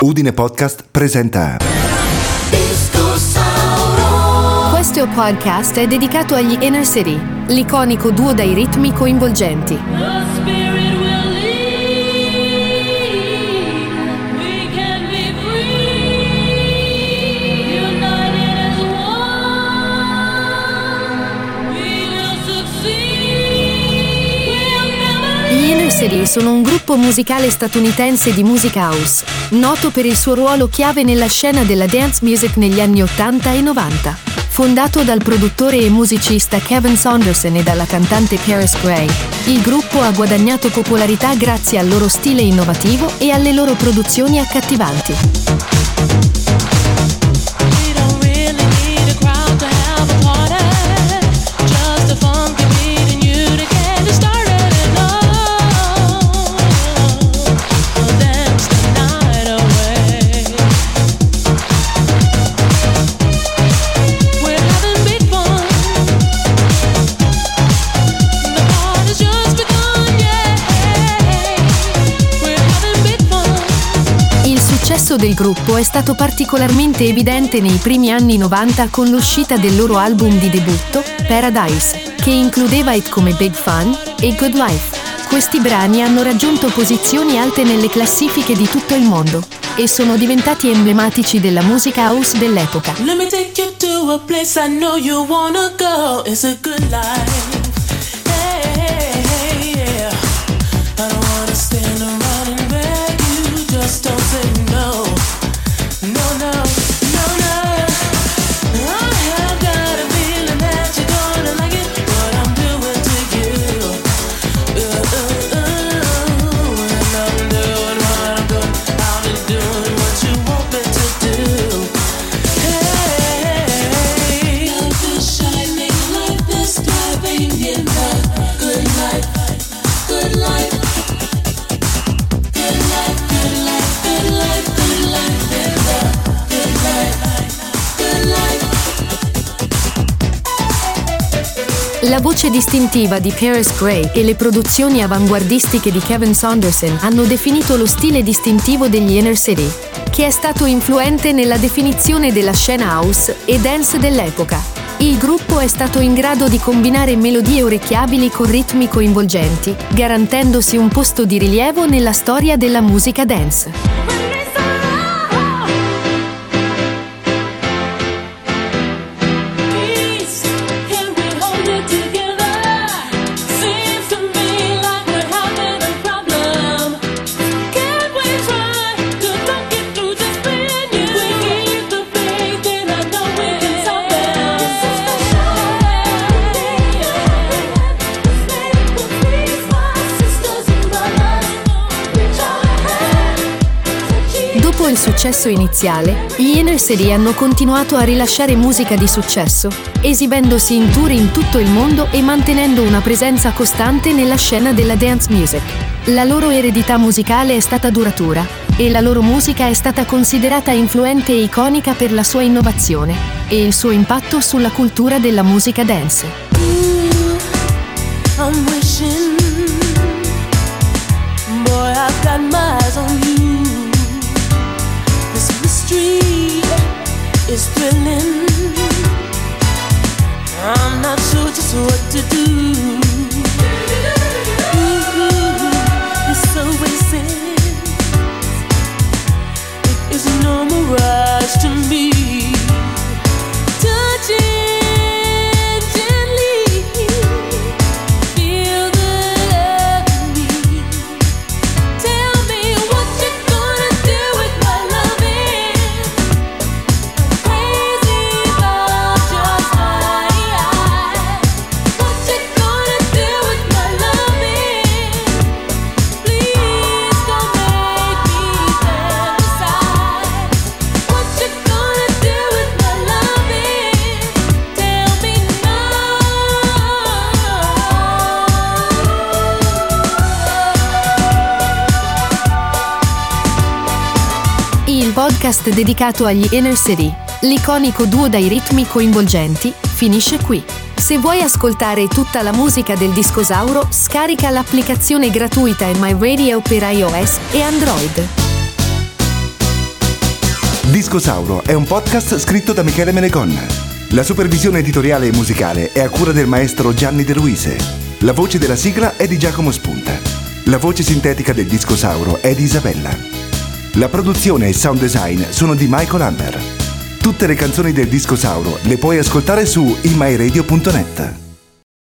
Udine Podcast presenta Questo podcast è dedicato agli Inner City, l'iconico duo dai ritmi coinvolgenti. Gli Inner City sono un gruppo musicale statunitense di musica house, noto per il suo ruolo chiave nella scena della dance music negli anni 80 e 90. Fondato dal produttore e musicista Kevin Saunderson e dalla cantante Paris Grey, il gruppo ha guadagnato popolarità grazie al loro stile innovativo e alle loro produzioni accattivanti. Il successo del gruppo è stato particolarmente evidente nei primi anni 90 con l'uscita del loro album di debutto, Paradise, che includeva hit come Big Fun e Good Life. Questi brani hanno raggiunto posizioni alte nelle classifiche di tutto il mondo e sono diventati emblematici della musica house dell'epoca. Let me take you to a place I know you wanna go. It's a good life. Hey, yeah. I don't wanna stand around and beg you. Just don't say no. No, no, no, no. I have got a feeling that you're gonna like it. What I'm doing to you. And I'm doing what I'm doing. I'll be doing what you want me to do. Hey, love is shining like this, thriving in the good life. Good life. Good life, good life, good life, good life, in the good life. Good life. La voce distintiva di Paris Grey e le produzioni avanguardistiche di Kevin Saunderson hanno definito lo stile distintivo degli Inner City, che è stato influente nella definizione della scena house e dance dell'epoca. Il gruppo è stato in grado di combinare melodie orecchiabili con ritmi coinvolgenti, garantendosi un posto di rilievo nella storia della musica dance. Dopo il successo iniziale, gli Inner City hanno continuato a rilasciare musica di successo, esibendosi in tour in tutto il mondo e mantenendo una presenza costante nella scena della dance music. La loro eredità musicale è stata duratura e la loro musica è stata considerata influente e iconica per la sua innovazione e il suo impatto sulla cultura della musica dance. I'm wishing, boy, I've got my eyes on you. This mystery is thrilling. I'm not sure just what to do. This oasis, it is no mirage to me. Touching gently, feel the love in me. Tell me what you're gonna do with my loving. Crazy about your smile. What you gonna do with my loving? Please don't make me fantasize. What you gonna do with my loving? Tell me now. Il podcast dedicato agli Inner City, l'iconico duo dai ritmi coinvolgenti, finisce qui. Se vuoi ascoltare tutta la musica del Discosauro, scarica l'applicazione gratuita My Radio per iOS e Android. Discosauro è un podcast scritto da Michele Menegonna. La supervisione editoriale e musicale è a cura del maestro Gianni De Luise. La voce della sigla è di Giacomo Spunta. La voce sintetica del Discosauro è di Isabella. La produzione e il sound design sono di Michael Hammer. Tutte le canzoni del Discosauro le puoi ascoltare su imyradio.net.